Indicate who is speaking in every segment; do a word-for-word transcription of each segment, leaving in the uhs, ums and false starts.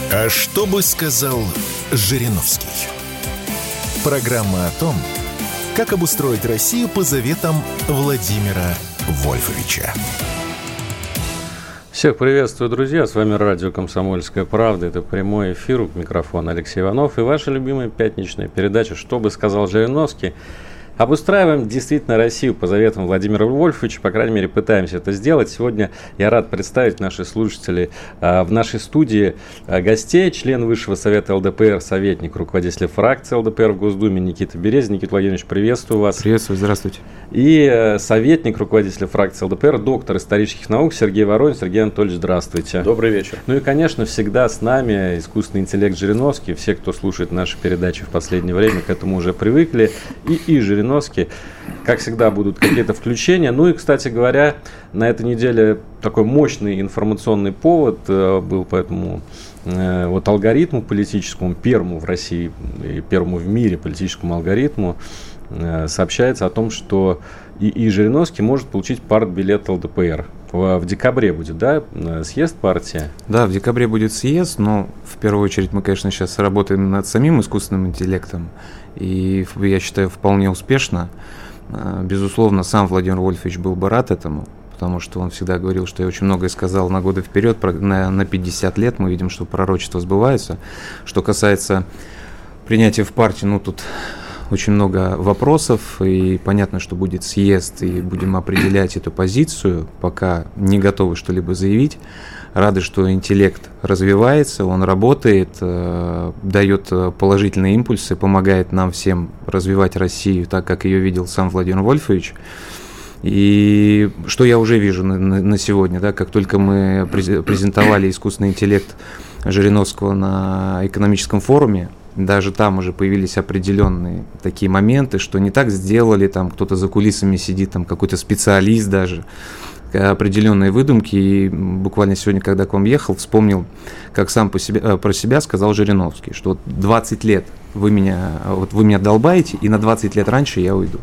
Speaker 1: А что бы сказал Жириновский? Программа о том, как обустроить Россию по заветам Владимира Вольфовича.
Speaker 2: Всех приветствую, друзья. С вами радио «Комсомольская правда». Это прямой эфир. У микрофона Алексей Иванов. И ваша любимая пятничная передача «Что бы сказал Жириновский?». Обустраиваем действительно Россию по заветам Владимира Вольфовича, по крайней мере, пытаемся это сделать. Сегодня я рад представить наших слушателей э, в нашей студии э, гостей, член Высшего совета эл дэ пэ эр, советник руководителя фракции эл дэ пэ эр в Госдуме Никита Березин. Никита Владимирович, приветствую вас.
Speaker 3: Приветствую, здравствуйте.
Speaker 2: И э, советник руководителя фракции эл дэ пэ эр, доктор исторических наук Сергей Воронин. Сергей Анатольевич, здравствуйте.
Speaker 4: Добрый вечер.
Speaker 2: Ну и, конечно, всегда с нами искусственный интеллект Жириновский. Все, кто слушает наши передачи в последнее время, к этому уже привыкли. И, и Жириновский. Как всегда, будут какие-то включения. Ну и, кстати говоря, на этой неделе такой мощный информационный повод э, был по этому э, вот алгоритму политическому, первому в России и первому в мире политическому алгоритму, э, сообщается о том, что и, и Жириновский может получить партбилет эл дэ пэ эр. В, в декабре будет, да, съезд партии?
Speaker 3: Да, в декабре будет съезд, но в первую очередь мы, конечно, сейчас работаем над самим искусственным интеллектом, и я считаю, вполне успешно. Безусловно, сам Владимир Вольфович был бы рад этому, потому что он всегда говорил, что я очень многое сказал на годы вперед, на, на пятьдесят лет мы видим, что пророчества сбываются. Что касается принятия в партию, ну тут очень много вопросов, и понятно, что будет съезд, и будем определять эту позицию, пока не готовы что-либо заявить. Рады, что интеллект развивается, он работает, э, дает положительные импульсы, помогает нам всем развивать Россию так, как ее видел сам Владимир Вольфович. И что я уже вижу на, на, на сегодня, да, как только мы презентовали искусственный интеллект Жириновского на экономическом форуме, даже там уже появились определенные такие моменты, что не так сделали, там кто-то за кулисами сидит, там какой-то специалист даже, определенные выдумки. И буквально сегодня, когда к вам ехал, вспомнил, как сам по себе, про себя сказал Жириновский, что вот двадцать лет вы меня, вот вы меня долбаете, и на двадцать лет раньше я уйду.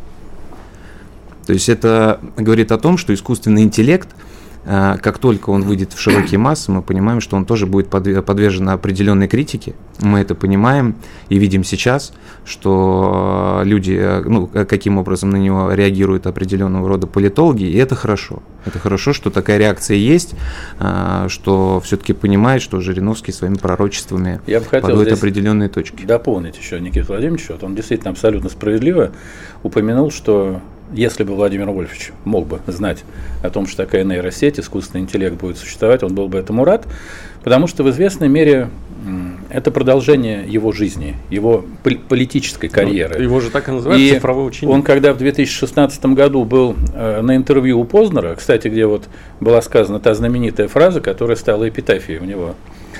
Speaker 3: То есть это говорит о том, что искусственный интеллект, как только он выйдет в широкие массы, мы понимаем, что он тоже будет подвержен определенной критике. Мы это понимаем и видим сейчас, что люди, ну, каким образом на него реагируют определенного рода политологи, и это хорошо. Это хорошо, что такая реакция есть, что все-таки понимает, что Жириновский своими пророчествами подводит определенные точки.
Speaker 4: Дополнить еще Никита Владимирович, вот он действительно абсолютно справедливо упомянул, что если бы Владимир Вольфович мог бы знать о том, что такая нейросеть, искусственный интеллект будет существовать, он был бы этому рад, потому что в известной мере это продолжение его жизни, его политической карьеры.
Speaker 2: Его же так и называют,
Speaker 4: и
Speaker 2: цифровой ученик.
Speaker 4: Он, когда в две тысячи шестнадцатом году был на интервью у Познера, кстати, где вот была сказана та знаменитая фраза, которая стала эпитафией у него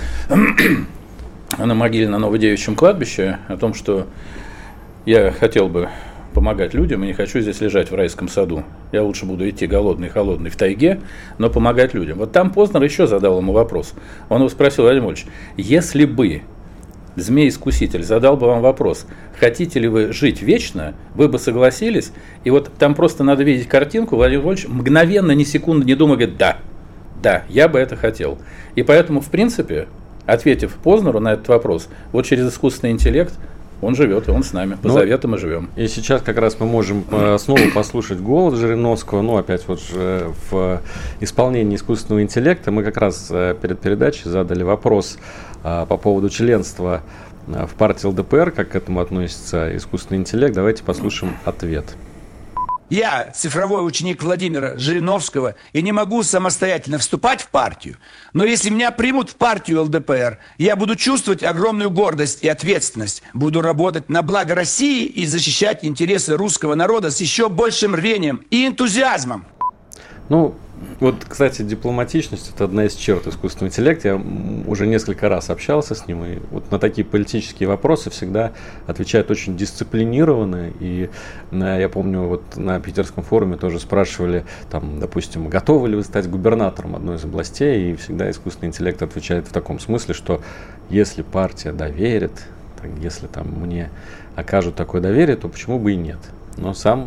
Speaker 4: на могиле на Новодевичьем кладбище, о том, что я хотел бы помогать людям, и не хочу здесь лежать в райском саду. Я лучше буду идти голодный, холодный в тайге, но помогать людям. Вот там Познер еще задал ему вопрос. Он его спросил: Владимир Владимирович, если бы змей-искуситель задал бы вам вопрос, хотите ли вы жить вечно, вы бы согласились? И вот там просто надо видеть картинку. Владимир Владимирович мгновенно, ни секунды не думая, говорит: да, да, я бы это хотел. И поэтому, в принципе, ответив Познеру на этот вопрос, вот через искусственный интеллект он живет, и он с нами, по ну, заветам мы живем.
Speaker 2: И сейчас как раз мы можем э, снова послушать голос Жириновского, ну, опять вот э, в исполнении искусственного интеллекта. Мы как раз э, перед передачей задали вопрос э, по поводу членства э, в партии эл дэ пэ эр, как к этому относится искусственный интеллект. Давайте послушаем ответ.
Speaker 5: Я цифровой ученик Владимира Жириновского и не могу самостоятельно вступать в партию, но если меня примут в партию эл дэ пэ эр, я буду чувствовать огромную гордость и ответственность, буду работать на благо России и защищать интересы русского народа с еще большим рвением и энтузиазмом.
Speaker 2: Ну, вот, кстати, дипломатичность – это одна из черт искусственного интеллекта. Я уже несколько раз общался с ним, и вот на такие политические вопросы всегда отвечает очень дисциплинированно. И я помню, вот на Питерском форуме тоже спрашивали, там, допустим, готовы ли вы стать губернатором одной из областей, и всегда искусственный интеллект отвечает в таком смысле, что если партия доверит, если там мне окажут такое доверие, то почему бы и нет. Но сам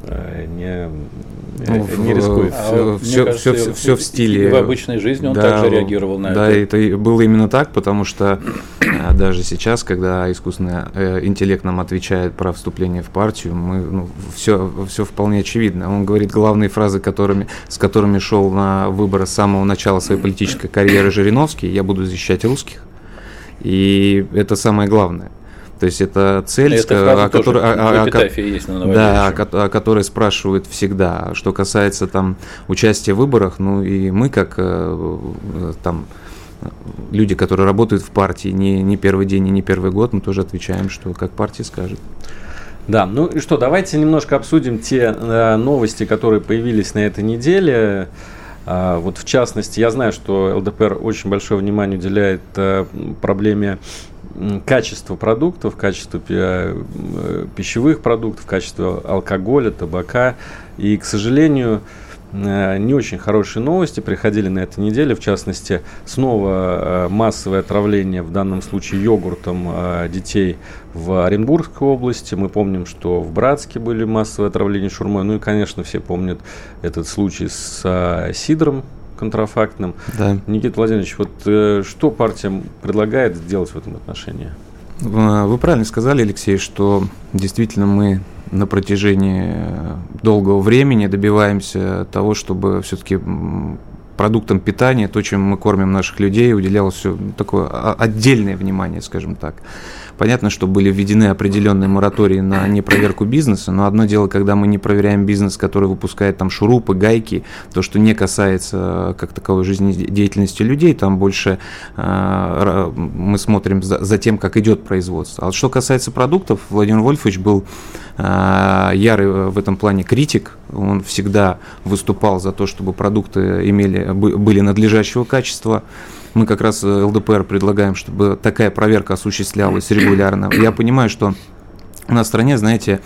Speaker 2: не,
Speaker 3: ну,
Speaker 2: не рискует.
Speaker 3: А все, кажется, все, все в стиле.
Speaker 4: В обычной жизни он да, также реагировал на
Speaker 3: да,
Speaker 4: это.
Speaker 3: Да, это было именно так, потому что даже сейчас, когда искусственный интеллект нам отвечает про вступление в партию, мы, ну, все, все вполне очевидно. Он говорит главные фразы, которыми, с которыми шел на выборы с самого начала своей политической карьеры Жириновский: «Я буду защищать русских». И это самое главное. То есть это цель, это о, которой, о, о, есть на да, о, о которой спрашивают всегда. Что касается там участия в выборах, ну и мы как там люди, которые работают в партии не, не первый день и не первый год, мы тоже отвечаем, что как партия скажет.
Speaker 2: Да, ну и что, давайте немножко обсудим те э, новости, которые появились на этой неделе. Э, вот в частности, я знаю, что эл дэ пэ эр очень большое внимание уделяет э, проблеме качества продуктов, качества пищевых продуктов, качества алкоголя, табака. И, к сожалению, не очень хорошие новости приходили на этой неделе. В частности, снова массовое отравление, в данном случае йогуртом, детей в Оренбургской области. Мы помним, что в Братске были массовые отравления шаурмой. Ну и, конечно, все помнят этот случай с сидром контрафактным.
Speaker 3: Да.
Speaker 2: Никита Владимирович, вот э, что партия предлагает сделать в этом отношении?
Speaker 3: Вы правильно сказали, Алексей, что действительно мы на протяжении долгого времени добиваемся того, чтобы все-таки продуктам питания, то, чем мы кормим наших людей, уделялось все такое отдельное внимание, скажем так. Понятно, что были введены определенные моратории на непроверку бизнеса, но одно дело, когда мы не проверяем бизнес, который выпускает там шурупы, гайки, то, что не касается как таковой жизнедеятельности людей, там больше э, мы смотрим за, за тем, как идет производство. А вот что касается продуктов, Владимир Вольфович был э, ярый в этом плане критик, он всегда выступал за то, чтобы продукты имели, были надлежащего качества. Мы как раз эл дэ пэ эр предлагаем, чтобы такая проверка осуществлялась регулярно. Я понимаю, что у нас в стране, знаете,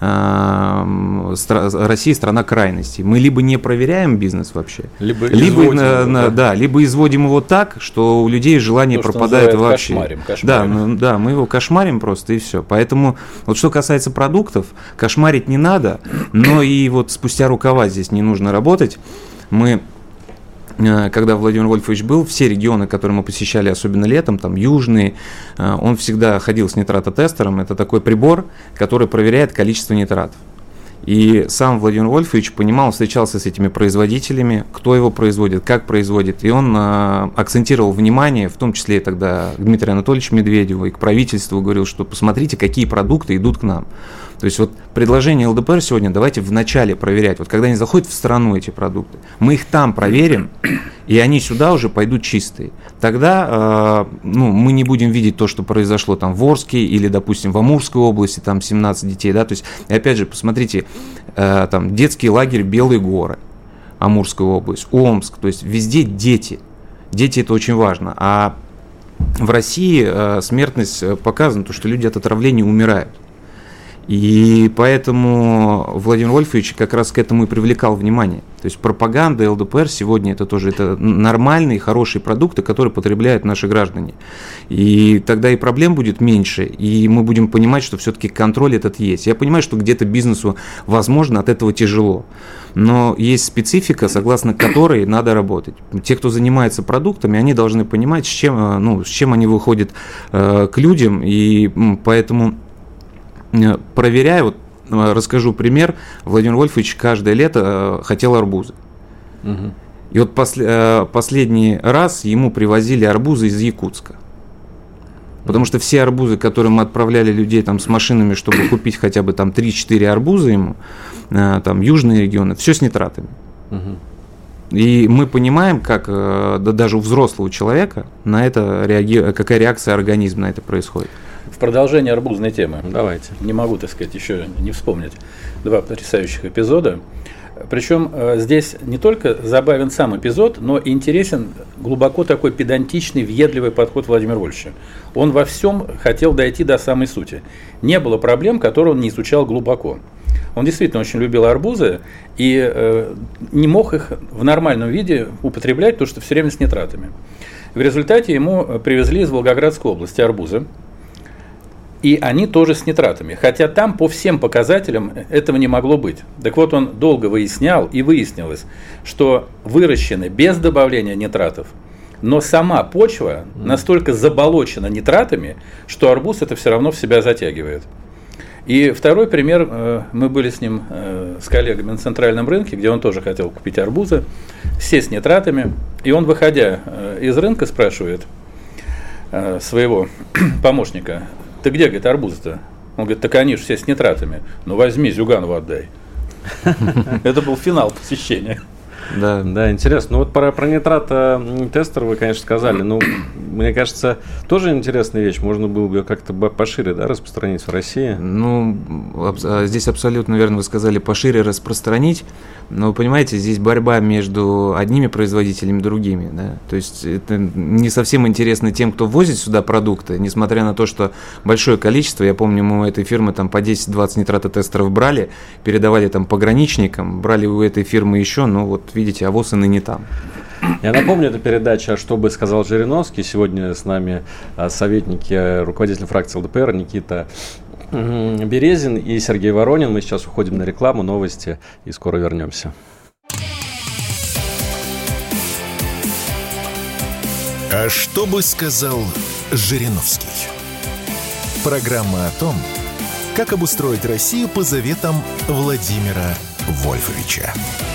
Speaker 3: Россия страна крайностей. Мы либо не проверяем бизнес вообще,
Speaker 2: либо,
Speaker 3: либо,
Speaker 2: изводим,
Speaker 3: на, на,
Speaker 2: да.
Speaker 3: Да, либо изводим его так, что у людей желание то, пропадает вообще.
Speaker 4: Кошмарим, кошмарим.
Speaker 3: Да, ну, да, мы его кошмарим просто и все. Поэтому вот что касается продуктов, кошмарить не надо, но и вот спустя рукава здесь не нужно работать. Мы когда Владимир Вольфович был, все регионы, которые мы посещали, особенно летом, там южные, он всегда ходил с нитратотестером. Это такой прибор, который проверяет количество нитратов. И сам Владимир Вольфович понимал, встречался с этими производителями, кто его производит, как производит. И он а, акцентировал внимание, в том числе и тогда к Дмитрию Анатольевичу Медведеву и к правительству, говорил, что посмотрите, какие продукты идут к нам. То есть вот предложение эл дэ пэ эр сегодня, давайте вначале проверять, вот когда они заходят в страну, эти продукты, мы их там проверим, и они сюда уже пойдут чистые. Тогда э, ну, мы не будем видеть то, что произошло там в Орске или, допустим, в Амурской области, там семнадцать детей, да, то есть, и опять же, посмотрите, э, там детский лагерь Белые горы, Амурская область, Омск, то есть везде дети, дети это очень важно, а в России э, смертность показана, то, что люди от отравления умирают. И поэтому Владимир Вольфович как раз к этому и привлекал внимание. То есть пропаганда эл дэ пэ эр сегодня это тоже это нормальные, хорошие продукты, которые потребляют наши граждане. И тогда и проблем будет меньше, и мы будем понимать, что все-таки контроль этот есть. Я понимаю, что где-то бизнесу, возможно, от этого тяжело. Но есть специфика, согласно которой надо работать. Те, кто занимается продуктами, они должны понимать, с чем, ну, с чем они выходят э, к людям, и поэтому... Проверяя, вот расскажу пример, Владимир Вольфович каждое лето хотел арбузы. Угу. И вот после, последний раз ему привозили арбузы из Якутска. Потому что все арбузы, которые мы отправляли людей там, с машинами, чтобы купить хотя бы там три-четыре арбуза ему, там южные регионы, все с нитратами. Угу. И мы понимаем, как да, даже у взрослого человека на это реаги... какая реакция организма на это происходит.
Speaker 4: В продолжение арбузной темы.
Speaker 2: Давайте.
Speaker 4: Не могу, так сказать, еще не вспомнить два потрясающих эпизода. Причем здесь не только забавен сам эпизод, но и интересен глубоко такой педантичный, въедливый подход Владимира Вольфовича. Он во всем хотел дойти до самой сути. Не было проблем, которые он не изучал глубоко. Он действительно очень любил арбузы и э, не мог их в нормальном виде употреблять, потому что все время с нитратами. В результате ему привезли из Волгоградской области арбузы. И они тоже с нитратами. Хотя там по всем показателям этого не могло быть. Так вот, он долго выяснял, и выяснилось, что выращены без добавления нитратов, но сама почва настолько заболочена нитратами, что арбуз это все равно в себя затягивает. И второй пример, мы были с ним, с коллегами на центральном рынке, где он тоже хотел купить арбузы, все с нитратами, и он, выходя из рынка, спрашивает своего помощника: ты где, говорит, арбузы-то? Он говорит: так они же все с нитратами. Ну возьми, Зюганову отдай. Это был финал посещения.
Speaker 2: Да, да, интересно. Ну вот про, про нитрат-тестер вы, конечно, сказали. Ну, мне кажется, тоже интересная вещь. Можно было бы ее как-то пошире, да, распространить в России.
Speaker 3: Ну, здесь абсолютно верно вы сказали, пошире распространить. Но вы понимаете, здесь борьба между одними производителями и другими. Да? То есть это не совсем интересно тем, кто возит сюда продукты, несмотря на то, что большое количество, я помню, мы у этой фирмы там по десять-двадцать нитратотестеров брали, передавали там пограничникам, брали у этой фирмы еще, но вот видите, авось и ныне там.
Speaker 2: Я напомню, это передача «Что бы сказал Жириновский». Сегодня с нами советники, руководитель фракции ЛДПР Никита Березин и Сергей Воронин. Мы сейчас уходим на рекламу, новости и скоро вернемся.
Speaker 1: А что бы сказал Жириновский? Программа о том, как обустроить Россию по заветам Владимира Вольфовича.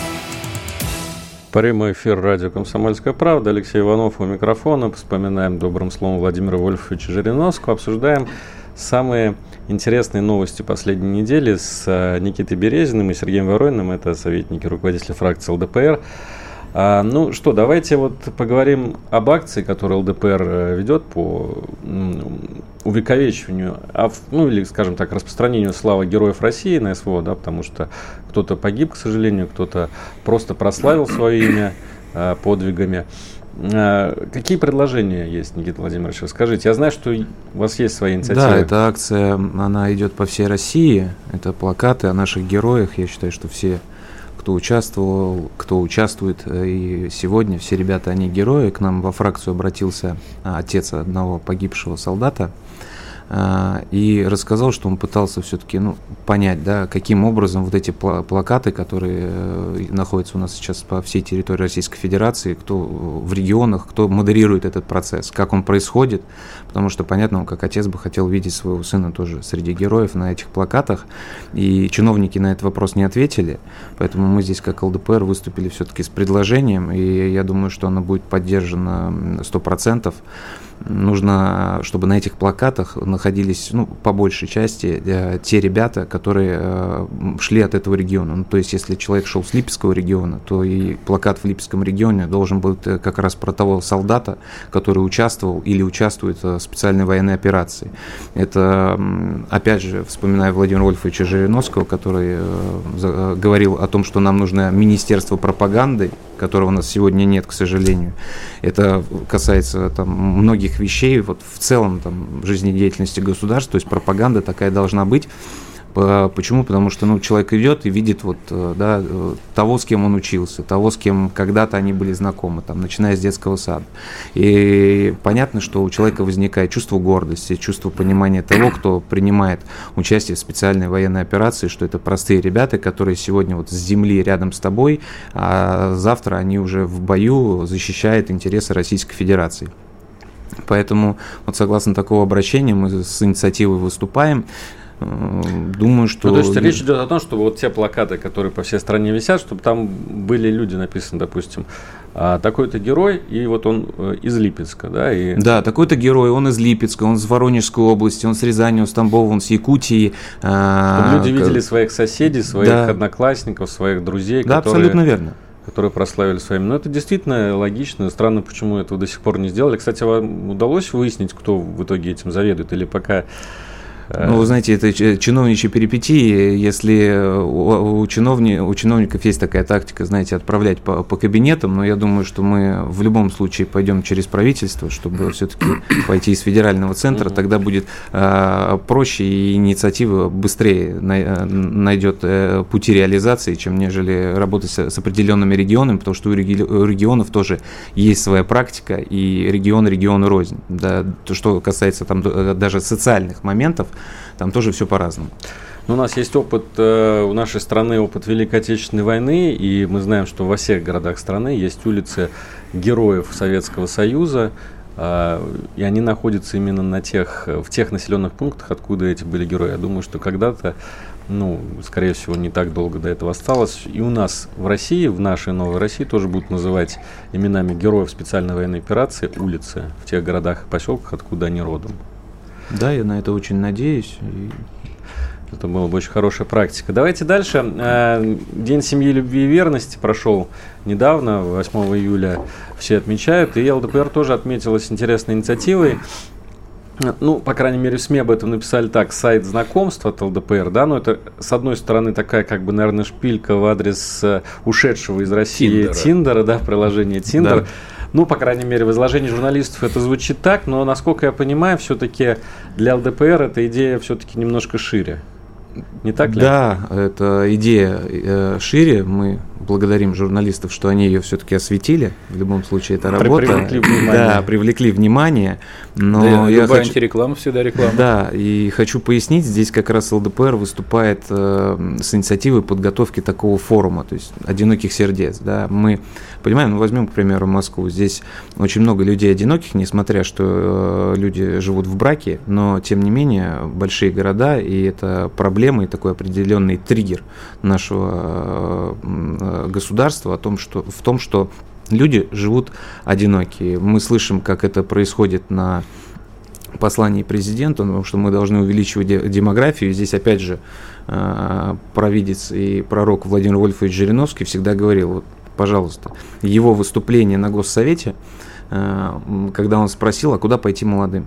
Speaker 2: Прямой эфир радио «Комсомольская правда». Алексей Иванов у микрофона. Вспоминаем добрым словом Владимира Вольфовича Жириновского. Обсуждаем самые интересные новости последней недели с Никитой Березиным и Сергеем Ворониным. Это советники руководителя фракции ЛДПР. А, ну что, давайте вот поговорим об акции, которую ЛДПР ведет по ну, увековечиванию, ну или, скажем так, распространению славы героев России на СВО, да, потому что кто-то погиб, к сожалению, кто-то просто прославил свое имя а, подвигами. А, какие предложения есть, Никита Владимирович? Скажите, я знаю, что у вас есть свои инициативы.
Speaker 3: Да, эта акция, она идет по всей России, это плакаты о наших героях, я считаю, что все, кто участвовал, кто участвует и сегодня, все ребята, они герои. К нам во фракцию обратился отец одного погибшего солдата и рассказал, что он пытался все-таки ну, понять, да, каким образом вот эти плакаты, которые находятся у нас сейчас по всей территории Российской Федерации, кто в регионах, кто модерирует этот процесс, как он происходит, потому что, понятно, он как отец бы хотел видеть своего сына тоже среди героев на этих плакатах, и чиновники на этот вопрос не ответили, поэтому мы здесь как ЛДПР выступили все-таки с предложением, и я думаю, что оно будет поддержано сто процентов. Нужно, чтобы на этих плакатах находились, ну, по большей части, э, те ребята, которые э, шли от этого региона. Ну, то есть, если человек шел с Липецкого региона, то и плакат в Липецком регионе должен быть как раз про того солдата, который участвовал или участвует в специальной военной операции. Это, опять же, вспоминая Владимира Вольфовича Жириновского, который э, говорил о том, что нам нужно министерство пропаганды, которого у нас сегодня нет, к сожалению. Это касается там многих вещей, вот в целом там жизнедеятельности государства, то есть пропаганда такая должна быть. Почему? Потому что ну, человек идет и видит вот, да, того, с кем он учился, того, с кем когда-то они были знакомы, там, начиная с детского сада. И понятно, что у человека возникает чувство гордости, чувство понимания того, кто принимает участие в специальной военной операции, что это простые ребята, которые сегодня вот с земли рядом с тобой, а завтра они уже в бою защищают интересы Российской Федерации. Поэтому вот согласно такого обращения мы с инициативой выступаем. Думаю, что...
Speaker 2: Ну, то есть речь идет о том, чтобы вот те плакаты, которые по всей стране висят, чтобы там были люди написаны, допустим, такой-то герой, и вот он из Липецка, да? И...
Speaker 3: Да, такой-то герой, он из Липецка, он из Воронежской области, он с Рязани, он с Тамбова, он с Якутии.
Speaker 2: Чтобы люди видели своих соседей, своих да. одноклассников, своих друзей,
Speaker 3: да,
Speaker 2: которые...
Speaker 3: абсолютно верно.
Speaker 2: которые прославили своими. Но это действительно логично. Странно, почему этого до сих пор не сделали. Кстати, вам удалось выяснить, кто в итоге этим заведует, или пока...
Speaker 3: Ну, вы знаете, это чиновничьи перипетии. Если у, чиновни, у чиновников есть такая тактика, знаете, отправлять по, по кабинетам, но я думаю, что мы в любом случае пойдем через правительство, чтобы все-таки пойти из федерального центра, тогда будет а, проще и инициатива быстрее на, найдет а, пути реализации, чем нежели работать с, с определенными регионами, потому что у, реги, у регионов тоже есть своя практика, и регион региону рознь. Да, то, что касается там даже социальных моментов, там тоже все по-разному.
Speaker 2: Но у нас есть опыт, э, у нашей страны опыт Великой Отечественной войны, и мы знаем, что во всех городах страны есть улицы героев Советского Союза, э, и они находятся именно на тех, в тех населенных пунктах, откуда эти были герои. Я думаю, что когда-то, ну, скорее всего, не так долго до этого осталось, и у нас в России, в нашей новой России, тоже будут называть именами героев специальной военной операции улицы в тех городах и поселках, откуда они родом. Да, я на это очень надеюсь. И... Это была бы очень хорошая практика. Давайте дальше. День семьи, любви и верности прошел недавно, восьмого июля все отмечают, и эл дэ пэ эр тоже отметилась интересной инициативой. Ну, по крайней мере, в СМИ об этом написали так: сайт знакомств от эл дэ пэ эр, да, но это, с одной стороны, такая, как бы, наверное, шпилька в адрес ушедшего из России Тиндера, Тиндера да, приложение Тиндер. Да. Ну, по крайней мере, в изложении журналистов это звучит так, но, насколько я понимаю, все-таки для эл дэ пэ эр эта идея все-таки немножко шире. Не так ли?
Speaker 3: Да, эта идея э, шире. Мы благодарим журналистов, что они ее все-таки осветили. В любом случае, это работа.
Speaker 2: Привлекли внимание.
Speaker 3: Да, привлекли внимание. Но
Speaker 4: да,
Speaker 3: я
Speaker 4: любая
Speaker 3: хочу...
Speaker 4: антиреклама всегда реклама.
Speaker 3: Да, и хочу пояснить, здесь как раз эл дэ пэ эр выступает э, с инициативой подготовки такого форума, то есть одиноких сердец. Да. Мы понимаем, ну, возьмем, к примеру, Москву. Здесь очень много людей одиноких, несмотря что э, люди живут в браке, но тем не менее большие города, и это проблема, и такой определенный триггер нашего э, государства о том, что, в том, что люди живут одинокие. Мы слышим, как это происходит на послании президенту, потому что мы должны увеличивать демографию. Здесь, опять же, провидец и пророк Владимир Вольфович Жириновский всегда говорил, вот, пожалуйста, его выступление на Госсовете, когда он спросил, а куда пойти молодым?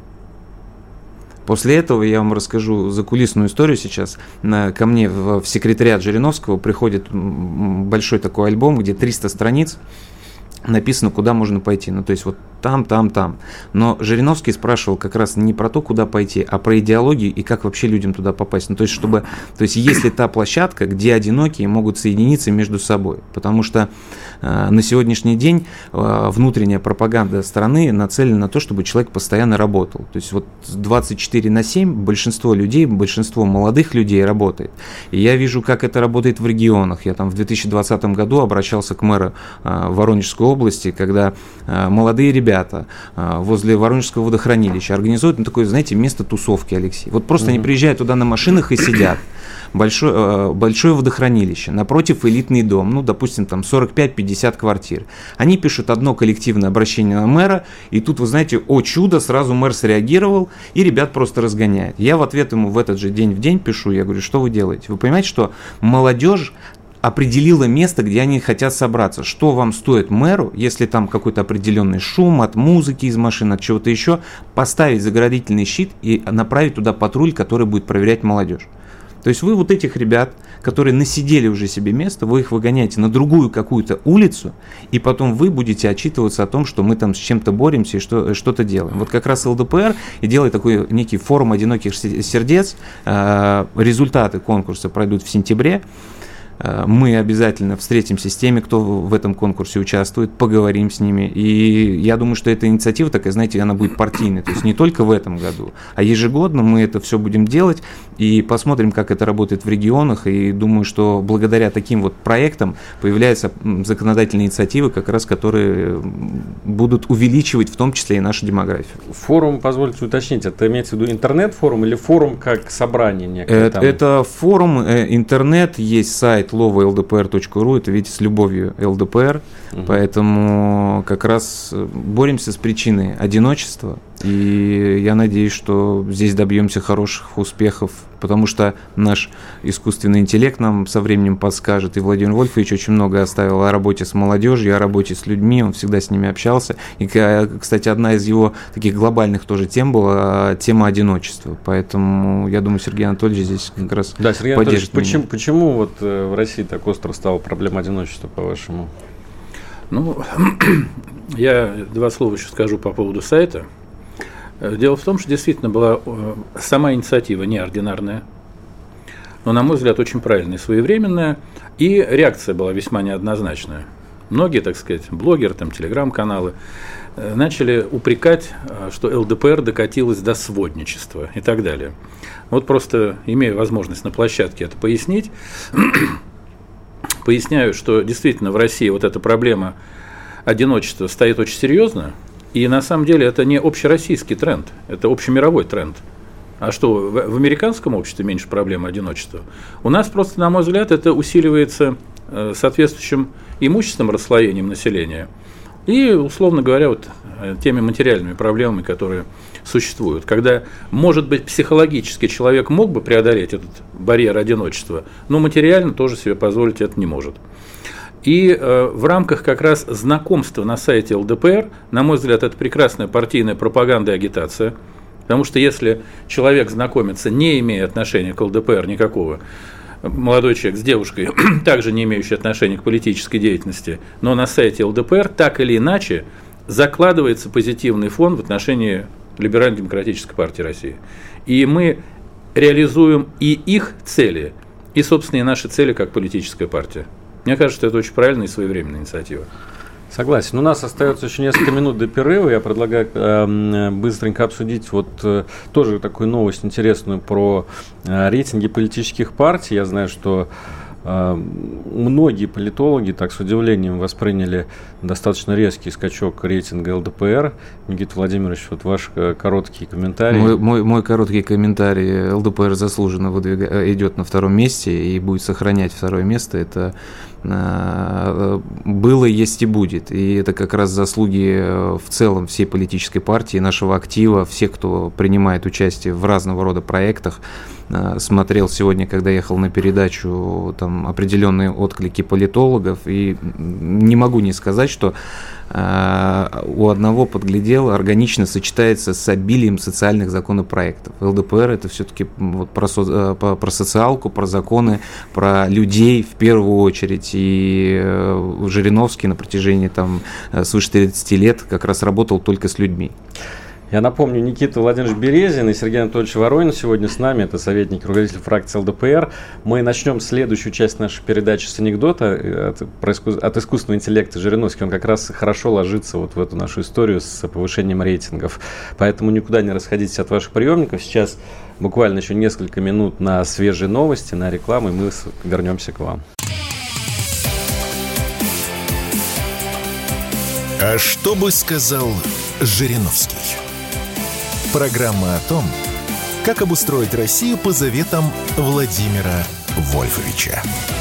Speaker 3: После этого я вам расскажу закулисную историю сейчас. Ко мне в секретариат Жириновского приходит большой такой альбом, где триста страниц, написано, куда можно пойти. Ну, то есть вот там, там, там. Но Жириновский спрашивал как раз не про то, куда пойти, а про идеологию и как вообще людям туда попасть. Ну, то есть, чтобы, то есть, есть ли та площадка, где одинокие могут соединиться между собой. Потому что э, на сегодняшний день э, внутренняя пропаганда страны нацелена на то, чтобы человек постоянно работал. То есть, вот двадцать четыре на семь большинство людей, большинство молодых людей работает. И я вижу, как это работает в регионах. Я там в две тысячи двадцатом году обращался к мэру э, Воронежской области, когда э, молодые ребята Ребята возле Воронежского водохранилища организуют, ну, такое, знаете, место тусовки, Алексей. Вот просто mm-hmm. они приезжают туда на машинах и сидят. Большое, большое водохранилище, напротив элитный дом, ну, допустим, там сорок пять пятьдесят квартир. Они пишут одно коллективное обращение на мэра, и тут, вы знаете, о чудо, сразу мэр среагировал, и ребят просто разгоняет. Я в ответ ему в этот же день в день пишу, я говорю, что вы делаете? Вы понимаете, что молодежь определила место, где они хотят собраться. Что вам стоит мэру, если там какой-то определенный шум от музыки из машин, от чего-то еще, поставить заградительный щит и направить туда патруль, который будет проверять молодежь. То есть вы вот этих ребят, которые насидели уже себе место, вы их выгоняете на другую какую-то улицу, и потом вы будете отчитываться о том, что мы там с чем-то боремся и что, что-то делаем. Вот как раз эл дэ пэ эр и делает такой некий форум одиноких сердец. Результаты конкурса пройдут в сентябре. Мы обязательно встретимся с теми, кто в этом конкурсе участвует, поговорим с ними. И я думаю, что эта инициатива такая, знаете, она будет партийной. То есть не только в этом году, а ежегодно мы это все будем делать и посмотрим, как это работает в регионах. И думаю, что благодаря таким вот проектам появляются законодательные инициативы, как раз которые будут увеличивать в том числе и нашу демографию.
Speaker 2: Форум, позвольте уточнить, это имеется в виду интернет-форум или форум как собрание некое?
Speaker 3: Это, это форум, интернет, есть сайт лова эл дэ пэ эр точка ру, это, видите, с любовью эл дэ пэ эр, угу. Поэтому как раз боремся с причиной одиночества, и я надеюсь, что здесь добьемся хороших успехов, потому что наш искусственный интеллект нам со временем подскажет, и Владимир Вольфович очень много оставил о работе с молодежью, о работе с людьми, он всегда с ними общался, и, кстати, одна из его таких глобальных тоже тем была тема одиночества, поэтому я думаю, Сергей Анатольевич здесь как раз
Speaker 2: да, Сергей
Speaker 3: поддержит
Speaker 2: Анатольевич, почему, почему вот в России так остро стала проблема одиночества, по-вашему?
Speaker 4: Ну, я два слова еще скажу по поводу сайта. Дело в том, что действительно была сама инициатива неординарная, но, на мой взгляд, очень правильная, своевременная, и реакция была весьма неоднозначная. многие, так сказать, блогеры, там, телеграм-каналы, начали упрекать, что эл дэ пэ эр докатилась до сводничества и так далее. Вот просто имея возможность на площадке это пояснить, поясняю, что действительно в России вот эта проблема одиночества стоит очень серьезно, и на самом деле это не общероссийский тренд, это общемировой тренд. А что, в, в американском обществе меньше проблемы одиночества? У нас просто, на мой взгляд, это усиливается э, соответствующим имущественным расслоением населения и, условно говоря, вот, теми материальными проблемами, которые существуют. Когда, может быть, психологически человек мог бы преодолеть этот барьер одиночества, но материально тоже себе позволить это не может. И э, в рамках как раз знакомства на сайте эл дэ пэ эр, на мой взгляд, это прекрасная партийная пропаганда и агитация, потому что если человек знакомится, не имея отношения к эл дэ пэ эр никакого, молодой человек с девушкой, также не имеющий отношения к политической деятельности, но на сайте эл дэ пэ эр так или иначе закладывается позитивный фон в отношении Либерально-демократической партии России. И мы реализуем и их цели, и, собственно, и наши цели как политическая партия. Мне кажется, что это очень правильная и своевременная инициатива.
Speaker 2: Согласен. У нас остается еще несколько минут до перерыва. Я предлагаю э, быстренько обсудить вот э, тоже такую новость интересную про э, рейтинги политических партий. Я знаю, что э, многие политологи так с удивлением восприняли достаточно резкий скачок рейтинга эл дэ пэ эр. Никита Владимирович, вот ваш э, короткий комментарий.
Speaker 3: Мой, мой, мой короткий комментарий. эл дэ пэ эр заслуженно выдвига... идет на втором месте и будет сохранять второе место. Это было, есть и будет. И это как раз заслуги в целом всей политической партии, нашего актива, всех, кто принимает участие в разного рода проектах. Смотрел сегодня, когда ехал на передачу, там определенные отклики политологов, и не могу не сказать, что у одного подглядел, органично сочетается с обилием социальных законопроектов. эл дэ пэ эр это все-таки вот про, со, про социалку, про законы, про людей в первую очередь. И Жириновский на протяжении там, свыше тридцати лет как раз работал только с людьми.
Speaker 2: Я напомню, Никита Владимирович Березин и Сергей Анатольевич Воронин сегодня с нами, это советник, руководитель фракции эл дэ пэ эр. Мы начнем следующую часть нашей передачи с анекдота от, от искусственного интеллекта. Жириновский, он как раз хорошо ложится вот в эту нашу историю с повышением рейтингов. Поэтому никуда не расходитесь от ваших приемников. Сейчас буквально еще несколько минут на свежие новости, на рекламу, и мы вернемся к вам.
Speaker 1: А что бы сказал Жириновский? Программа о том, как обустроить Россию по заветам Владимира Вольфовича.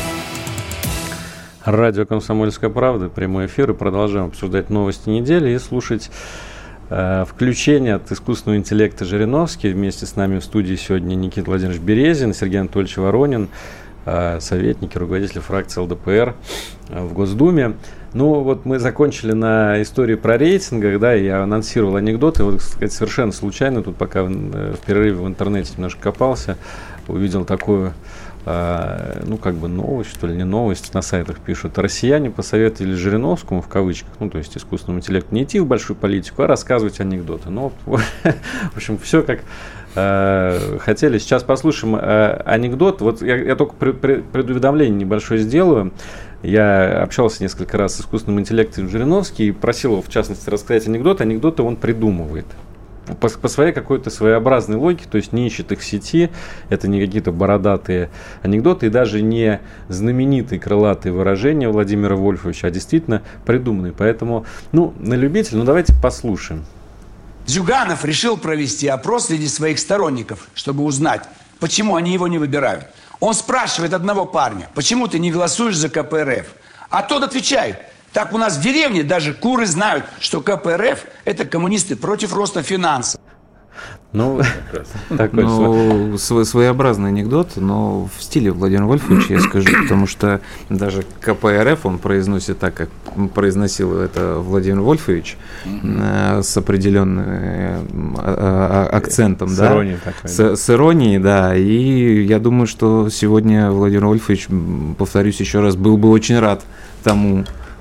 Speaker 2: Радио «Комсомольская правда», прямой эфир, и продолжаем обсуждать новости недели и слушать э, включение от искусственного интеллекта Жириновский. Вместе с нами в студии сегодня Никита Владимирович Березин, Сергей Анатольевич Воронин, э, советники, руководители фракции эл дэ пэ эр э, в Госдуме. Ну, вот мы закончили на истории про рейтинг, да, я анонсировал анекдоты, вот, кстати, совершенно случайно, тут пока в, в перерыве в интернете немножко копался, увидел такую, э, ну, как бы новость, что ли, не новость, на сайтах пишут: россияне посоветовали Жириновскому, в кавычках, ну, то есть искусственному интеллекту, не идти в большую политику, а рассказывать анекдоты. Ну, вот, в общем, все как э, хотели. Сейчас послушаем э, анекдот. Вот я, я только пред, пред, предуведомление небольшое сделаю. Я общался несколько раз с искусственным интеллектом Жириновский и просил его, в частности, рассказать анекдоты. Анекдоты он придумывает по, по своей какой-то своеобразной логике, то есть не ищет их в сети. Это не какие-то бородатые анекдоты и даже не знаменитые крылатые выражения Владимира Вольфовича, а действительно придуманные. Поэтому, ну, на любителя, ну, давайте послушаем.
Speaker 5: Зюганов решил провести опрос среди своих сторонников, чтобы узнать, почему они его не выбирают. Он спрашивает одного парня: почему ты не голосуешь за ка пэ эр эф? А тот отвечает: так у нас в деревне даже куры знают, что ка пэ эр эф – это коммунисты против роста финансов.
Speaker 2: Ну, такой
Speaker 3: ну, своеобразный анекдот, но в стиле Владимира Вольфовича, я скажу, потому что даже ка пэ эр эф он произносит так, как произносил это Владимир Вольфович, mm-hmm. с определенным акцентом, с,
Speaker 2: да?
Speaker 3: иронией такой, с, да. с иронией, да, и я думаю, что сегодня Владимир Вольфович, повторюсь еще раз, был бы очень рад тому,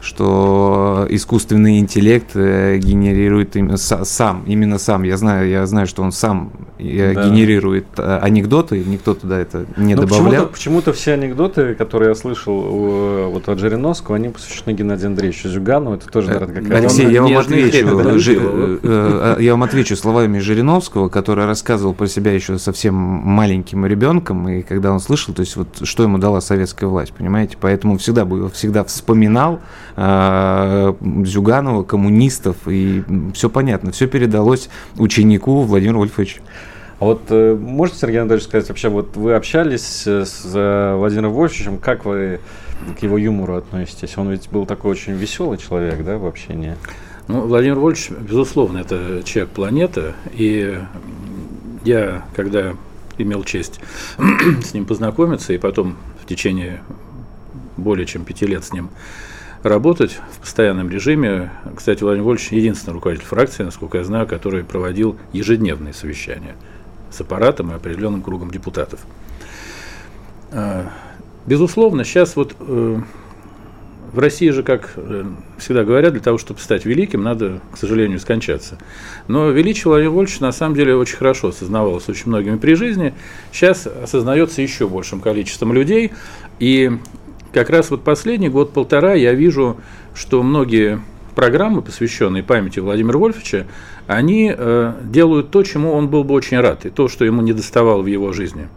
Speaker 3: что искусственный интеллект генерирует им, сам, именно сам. Я знаю, я знаю, что он сам да. генерирует анекдоты, никто туда это не Но добавлял.
Speaker 2: Почему-то, почему-то все анекдоты, которые я слышал вот от Жириновского, они посвящены Геннадию Андреевичу Зюганову. Это тоже, наверное, какая-то...
Speaker 3: Алексей, я вам отвечу, Жи, я вам отвечу словами Жириновского, который рассказывал про себя еще совсем маленьким ребенком, и когда он слышал, то есть вот что ему дала советская власть, понимаете? Поэтому всегда, всегда вспоминал Зюганова, коммунистов, и все понятно, все передалось ученику Владимиру Вольфовичу.
Speaker 2: А вот э, можете, Сергей Анатольевич, сказать, вообще, вот вы общались с э, Владимиром Вольфовичем, как вы к его юмору относитесь? Он ведь был такой очень веселый человек, да, в общении?
Speaker 4: Ну, Владимир Вольфович, безусловно, это человек-планета, и я, когда имел честь с ним познакомиться, и потом в течение более чем пяти лет с ним работать в постоянном режиме. Кстати, Владимир Вольфович единственный руководитель фракции, насколько я знаю, который проводил ежедневные совещания с аппаратом и определенным кругом депутатов. Безусловно, сейчас вот в России же, как всегда говорят, для того, чтобы стать великим, надо, к сожалению, скончаться. Но величие Владимира Вольфовича на самом деле очень хорошо осознавалось очень многими при жизни. Сейчас осознается еще большим количеством людей. И как раз вот последний год-полтора я вижу, что многие программы, посвященные памяти Владимира Вольфовича, они э, делают то, чему он был бы очень рад, и то, что ему недоставало в его жизни.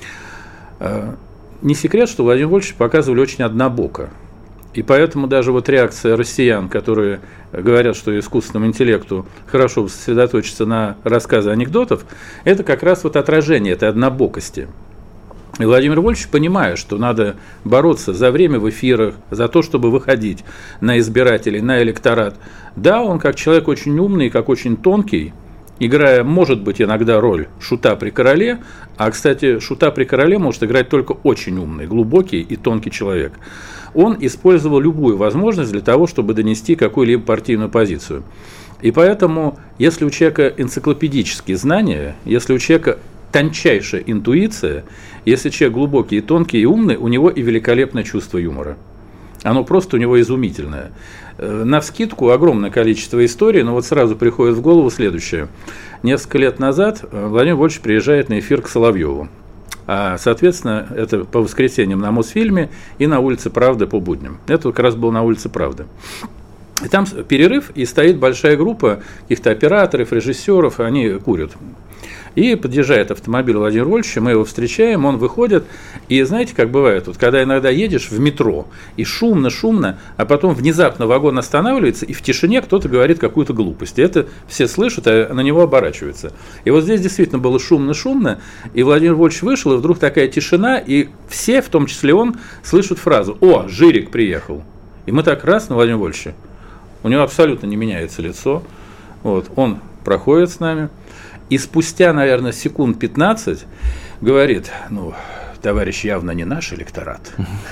Speaker 4: Э, не секрет, что Владимир Вольфович показывали очень однобоко. И поэтому даже вот реакция россиян, которые говорят, что искусственному интеллекту хорошо сосредоточиться на рассказе анекдотов, это как раз вот отражение этой однобокости. И Владимир Вольфович, понимая, что надо бороться за время в эфирах, за то, чтобы выходить на избирателей, на электорат, да, он как человек очень умный, как очень тонкий, играя, может быть, иногда роль шута при короле, а, кстати, шута при короле может играть только очень умный, глубокий и тонкий человек. Он использовал любую возможность для того, чтобы донести какую-либо партийную позицию. И поэтому, если у человека энциклопедические знания, если у человека тончайшая интуиция, если человек глубокий и тонкий и умный, у него и великолепное чувство юмора. Оно просто у него изумительное. Навскидку огромное количество историй, но вот сразу приходит в голову следующее. Несколько лет назад Владимир Вольфович приезжает на эфир к Соловьеву. А, соответственно, это по воскресеньям на Мосфильме и на улице Правды по будням. Это как раз было на улице Правды. И там перерыв, и стоит большая группа каких-то операторов, режиссеров, они курят. И подъезжает автомобиль Владимира Вольфовича, мы его встречаем, он выходит, и знаете, как бывает, вот, когда иногда едешь в метро, и шумно-шумно, а потом внезапно вагон останавливается, и в тишине кто-то говорит какую-то глупость. И это все слышат, а на него оборачиваются. И вот здесь действительно было шумно-шумно, и Владимир Вольфович вышел, и вдруг такая тишина, и все, в том числе он, слышат фразу: «О, Жирик приехал». И мы так раз на Владимира Вольфовича, у него абсолютно не меняется лицо, вот, он проходит с нами. И спустя, наверное, секунд пятнадцать говорит: ну, товарищ явно не наш электорат.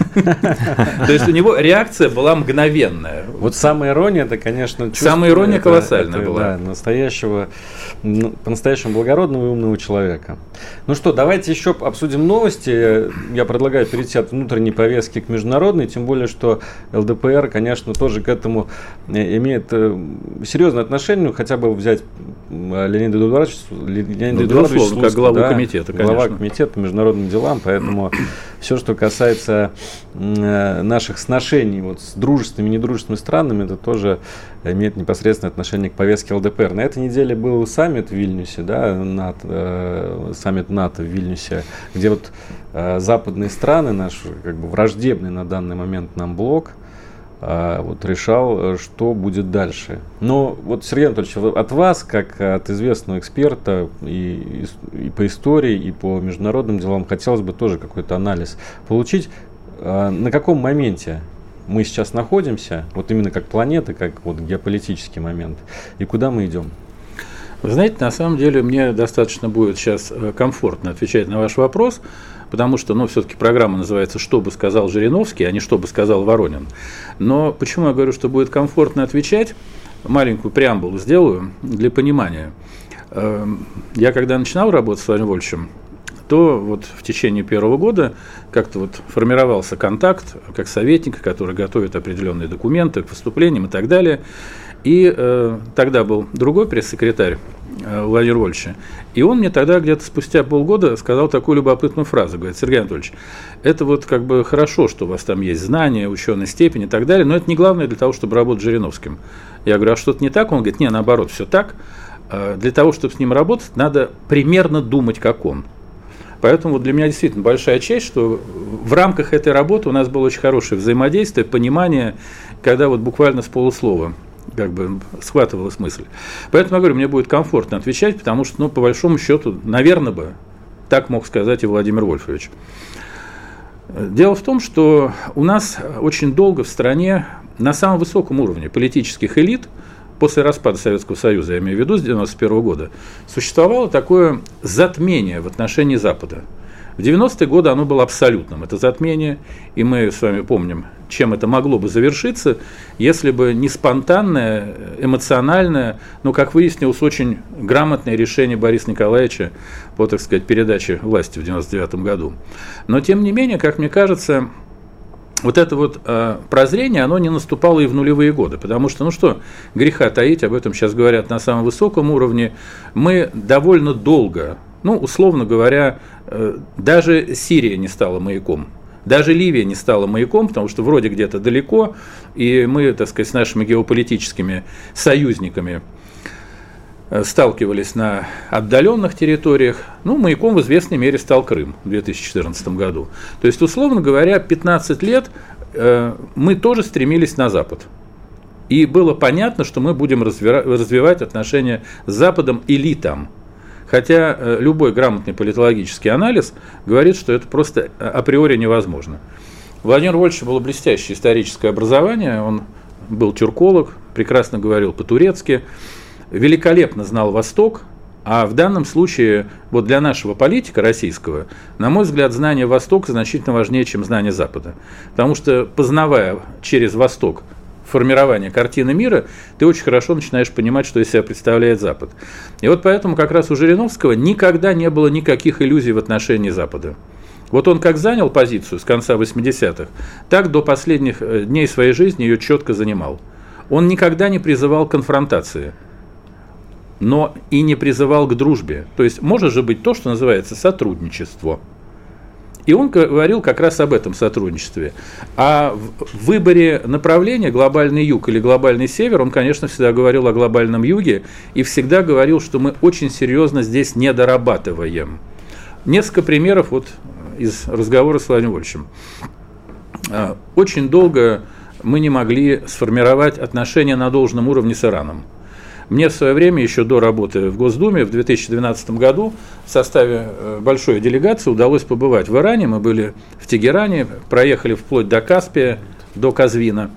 Speaker 4: То есть у него реакция была мгновенная.
Speaker 2: Вот самая ирония, это, конечно, чувство.
Speaker 4: Самая ирония колоссальная была.
Speaker 2: Да, настоящего, по-настоящему благородного и умного человека. Ну что, давайте еще обсудим новости. Я предлагаю перейти от внутренней повестки к международной, тем более, что эл дэ пэ эр, конечно, тоже к этому имеет серьезное отношение, ну, хотя бы взять Леонида Эдуардовича, Леонида Эдуардовича Слуцкого,
Speaker 4: как главу да, комитета, конечно.
Speaker 2: Глава комитета по международным делам, поэтому все, что касается наших сношений вот, с дружественными и недружественными странами, это тоже имеет непосредственное отношение к повестке эл дэ пэ эр. На этой неделе был саммит в Вильнюсе, да, НАТО, э, саммит НАТО в Вильнюсе, где вот э, западные страны, наш как бы враждебный на данный момент нам блок, э, вот решал, что будет дальше. Но вот, Сергей Анатольевич, от вас, как от известного эксперта и, и, и по истории, и по международным делам, хотелось бы тоже какой-то анализ получить. Э, на каком моменте мы сейчас находимся, вот именно как планета, как вот геополитический момент, и куда мы идем?
Speaker 4: Вы знаете, на самом деле мне достаточно будет сейчас комфортно отвечать на ваш вопрос, потому что, ну, все-таки программа называется «Что бы сказал Жириновский», а не «Что бы сказал Воронин». Но почему я говорю, что будет комфортно отвечать? Маленькую преамбулу сделаю для понимания. Я когда начинал работать с Владимиром Вольфовичем, то вот в течение первого года как-то вот формировался контакт как советник, который готовит определенные документы к выступлениям и так далее. И э, тогда был другой пресс-секретарь э, Владимира Вольфовича, и он мне тогда где-то спустя полгода сказал такую любопытную фразу, говорит: Сергей Анатольевич, это вот как бы хорошо, что у вас там есть знания, ученая степень и так далее, но это не главное для того, чтобы работать с Жириновским. Я говорю: а что-то не так? Он говорит: не, наоборот, все так. Для того, чтобы с ним работать, надо примерно думать, как он. Поэтому для меня действительно большая честь, что в рамках этой работы у нас было очень хорошее взаимодействие, понимание, когда вот буквально с полуслова как бы схватывалась мысль. Поэтому я говорю, мне будет комфортно отвечать, потому что, ну, по большому счету, наверное бы, так мог сказать и Владимир Вольфович. Дело в том, что у нас очень долго в стране на самом высоком уровне политических элит, после распада Советского Союза, я имею в виду с девяносто первого года, существовало такое затмение в отношении Запада. В девяностые годы оно было абсолютным, это затмение, и мы с вами помним, чем это могло бы завершиться, если бы не спонтанное, эмоциональное, но, как выяснилось, очень грамотное решение Бориса Николаевича по, так сказать, передаче власти в девяносто девятом году. Но, тем не менее, как мне кажется, вот это вот э, прозрение, оно не наступало и в нулевые годы, потому что, ну что, греха таить, об этом сейчас говорят на самом высоком уровне, мы довольно долго, ну, условно говоря, э, даже Сирия не стала маяком, даже Ливия не стала маяком, потому что вроде где-то далеко, и мы, так сказать, с нашими геополитическими союзниками сталкивались на отдаленных территориях. Ну, маяком в известной мере стал Крым в две тысячи четырнадцатом году. То есть, условно говоря, пятнадцать лет э, мы тоже стремились на Запад. И было понятно, что мы будем развира- развивать отношения с Западом или там. Хотя э, любой грамотный политологический анализ говорит, что это просто априори невозможно. Владимир Вольфович было блестящее историческое образование, он был тюрколог, прекрасно говорил по-турецки, великолепно знал Восток, а в данном случае вот для нашего политика российского, на мой взгляд, знание Востока значительно важнее, чем знание Запада. Потому что, познавая через Восток формирование картины мира, ты очень хорошо начинаешь понимать, что из себя представляет Запад. И вот поэтому как раз у Жириновского никогда не было никаких иллюзий в отношении Запада. Вот он как занял позицию с конца восьмидесятых, так до последних дней своей жизни ее четко занимал. Он никогда не призывал к конфронтации, но и не призывал к дружбе. То есть может же быть то, что называется сотрудничество. И он говорил как раз об этом сотрудничестве. А в выборе направления, глобальный юг или глобальный север, он, конечно, всегда говорил о глобальном юге и всегда говорил, что мы очень серьезно здесь не дорабатываем. Несколько примеров вот из разговора с Владимиром Вольфовичем. Очень долго мы не могли сформировать отношения на должном уровне с Ираном. Мне в свое время, еще до работы в Госдуме, в две тысячи двенадцатом году в составе большой делегации удалось побывать в Иране. Мы были в Тегеране, проехали вплоть до Каспия, до Казвина.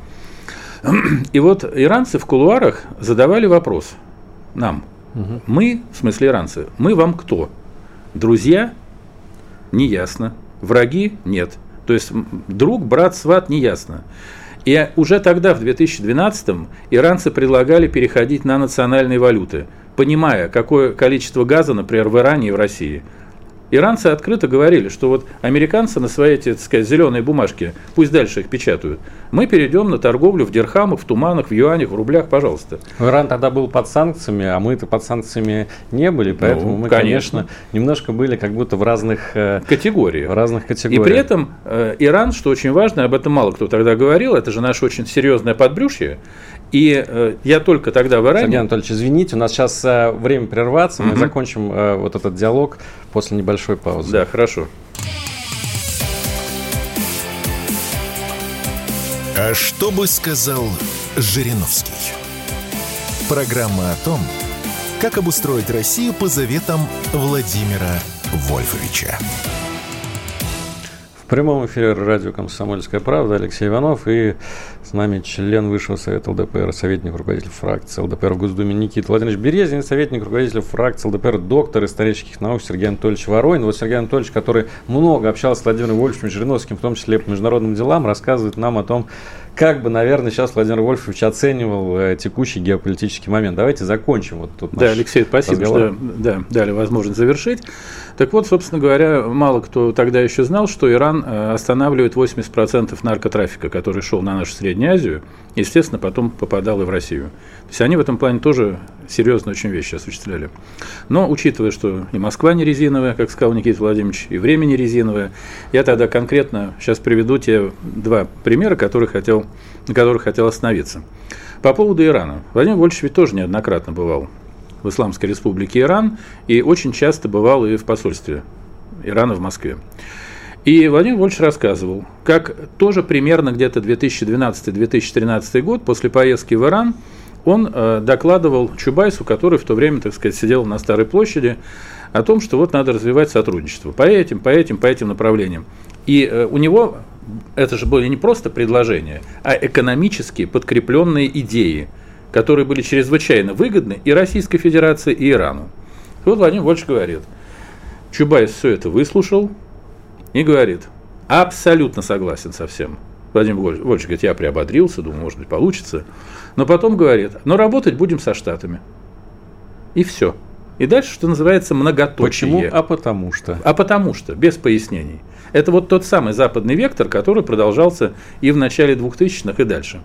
Speaker 4: И вот иранцы в кулуарах задавали вопрос нам. Угу. Мы, в смысле иранцы, мы вам кто? Друзья? Неясно. Враги? Нет. То есть друг, брат, сват? Неясно. И уже тогда, в две тысячи двенадцатом, иранцы предлагали переходить на национальные валюты, понимая, какое количество газа, например, в Иране и в России. Иранцы открыто говорили, что вот американцы на свои, так сказать, зеленые бумажки, пусть дальше их печатают, мы перейдем на торговлю в дирхамах, в туманах, в юанях, в рублях, пожалуйста.
Speaker 2: Иран тогда был под санкциями, а мы-то под санкциями не были, поэтому ну, мы, конечно. конечно, немножко были как будто в разных категориях. В разных категориях.
Speaker 4: И при этом э, Иран, что очень важно, об этом мало кто тогда говорил, это же наше очень серьезное подбрюшье. И э, я только тогда в Иране...
Speaker 2: Сергей Анатольевич, извините, у нас сейчас э, время прерваться, мы угу. закончим э, вот этот диалог после небольшой паузы.
Speaker 4: Да, хорошо.
Speaker 1: А что бы сказал Жириновский? Программа о том, как обустроить Россию по заветам Владимира Вольфовича.
Speaker 2: В прямом эфире радио «Комсомольская правда» Алексей Иванов и нами член Высшего совета ЛДПР, советник руководителя фракции ЛДПР в Госдуме Никита Владимирович Березин, советник руководителя фракции ЛДПР, доктор исторических наук Сергей Анатольевич Воронин. Вот Сергей Анатольевич, который много общался с Владимиром Вольфовичем Жириновским, в том числе по международным делам, рассказывает нам о том, как бы, наверное, сейчас Владимир Вольфович оценивал э, текущий геополитический момент. Давайте закончим вот тут.
Speaker 4: Да, Алексей, спасибо, разговор. что да, дали возможность завершить. Так вот, собственно говоря, мало кто тогда еще знал, что Иран останавливает восемьдесят процентов наркотрафика, который шел на нашу Среднюю Азию, и, естественно, потом попадал и в Россию. То есть они в этом плане тоже серьезно очень вещи осуществляли. Но, учитывая, что и Москва не резиновая, как сказал Никита Владимирович, и время не резиновое, я тогда конкретно сейчас приведу те два примера, которые хотел, на которых хотел остановиться. По поводу Ирана. Владимир Вольфович ведь тоже неоднократно бывал в Исламской Республике Иран и очень часто бывал и в посольстве Ирана в Москве. И Владимир Вольфович рассказывал, как тоже примерно где-то две тысячи двенадцатый - две тысячи тринадцатый год после поездки в Иран он э, докладывал Чубайсу, который в то время, так сказать, сидел на Старой площади, о том, что вот надо развивать сотрудничество по этим, по этим, по этим направлениям. И э, у него это же были не просто предложения, а экономически подкрепленные идеи, которые были чрезвычайно выгодны и Российской Федерации, и Ирану. И вот Владимир Вольфович говорит, Чубайс все это выслушал и говорит, абсолютно согласен со всем. Владимир Вольфович говорит, я приободрился, думаю, может быть, получится. Но потом говорит, но работать будем со Штатами. И все. И дальше, что называется, многоточие.
Speaker 2: Почему? А потому что.
Speaker 4: А потому что, без пояснений. Это вот тот самый западный вектор, который продолжался и в начале двухтысячных, и дальше.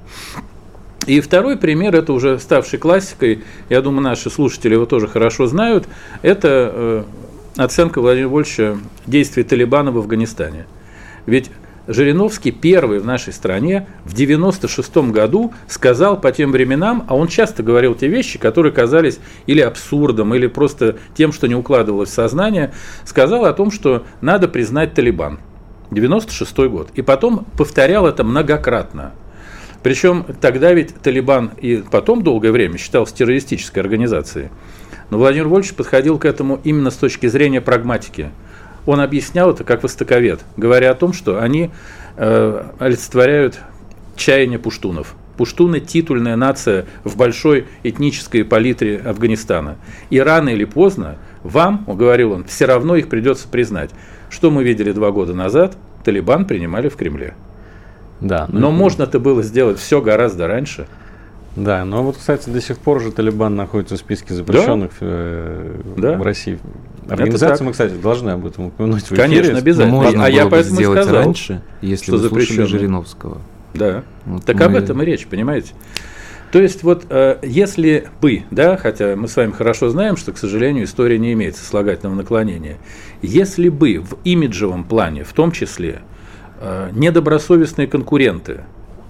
Speaker 4: И второй пример, это уже ставший классикой, я думаю, наши слушатели его тоже хорошо знают, это э, оценка Владимира Вольфовича действий Талибана в Афганистане. Ведь Жириновский первый в нашей стране в девяносто шестом году сказал по тем временам, а он часто говорил те вещи, которые казались или абсурдом, или просто тем, что не укладывалось в сознание, сказал о том, что надо признать Талибан. девяносто шестой год. И потом повторял это многократно. Причем тогда ведь Талибан и потом долгое время считался террористической организацией. Но Владимир Вольфович подходил к этому именно с точки зрения прагматики. Он объяснял это как востоковед, говоря о том, что они э, олицетворяют чаяние пуштунов. Пуштуны – титульная нация в большой этнической палитре Афганистана. И рано или поздно вам, говорил он, все равно их придется признать. Что мы видели два года назад, Талибан принимали в Кремле.
Speaker 2: Да,
Speaker 4: но но можно-то было сделать все гораздо раньше.
Speaker 2: Да, но вот, кстати, до сих пор же Талибан находится в списке запрещенных да? э, да. в России организаций. Мы, кстати, должны об этом упомянуть в эфире.
Speaker 4: Конечно, обязательно.
Speaker 3: Но можно
Speaker 4: а
Speaker 3: было
Speaker 4: я
Speaker 3: бы
Speaker 4: поэтому
Speaker 3: сделать
Speaker 4: сказал,
Speaker 3: раньше, если вы слушали Жириновского.
Speaker 4: Да,
Speaker 3: вот
Speaker 4: так
Speaker 3: мы...
Speaker 4: об этом и речь, понимаете? То есть вот э, если бы, да, хотя мы с вами хорошо знаем, что, к сожалению, история не имеет сослагательного наклонения, если бы в имиджевом плане, в том числе, э, недобросовестные конкуренты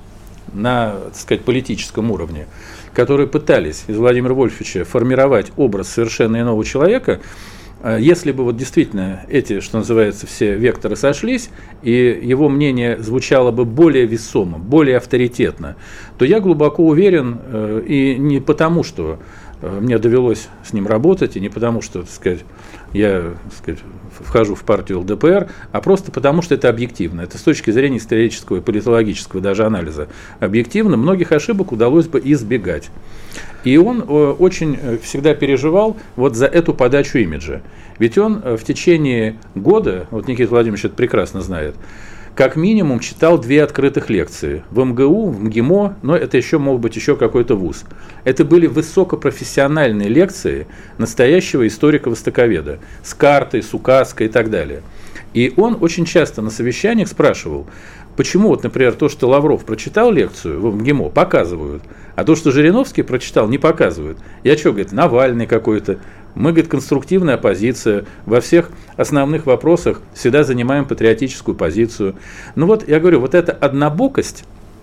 Speaker 4: на, так сказать, политическом уровне, которые пытались из Владимира Вольфовича формировать образ совершенно иного человека, если бы вот действительно эти, что называется, все векторы сошлись, и его мнение звучало бы более весомо, более авторитетно, то я глубоко уверен, и не потому, что мне довелось с ним работать, и не потому, что, так сказать, я, так сказать, вхожу в партию ЛДПР, а просто потому, что это объективно. Это с точки зрения исторического и политологического даже анализа объективно. Многих ошибок удалось бы избегать. И он очень всегда переживал вот за эту подачу имиджа. Ведь он в течение года, вот Никита Владимирович это прекрасно знает, как минимум читал две открытых лекции в эм гэ у, в МГИМО, но это еще мог быть еще какой-то вуз. Это были высокопрофессиональные лекции настоящего историка-востоковеда с картой, с указкой и так далее. И он очень часто на совещаниях спрашивал, почему, вот, например, то, что Лавров прочитал лекцию в МГИМО, показывают, а то, что Жириновский прочитал, не показывают. Я что, говорит, Навальный какой-то. Мы, говорит, конструктивная оппозиция, во всех основных вопросах всегда занимаем патриотическую позицию. Ну вот, я говорю, вот эта однобокость,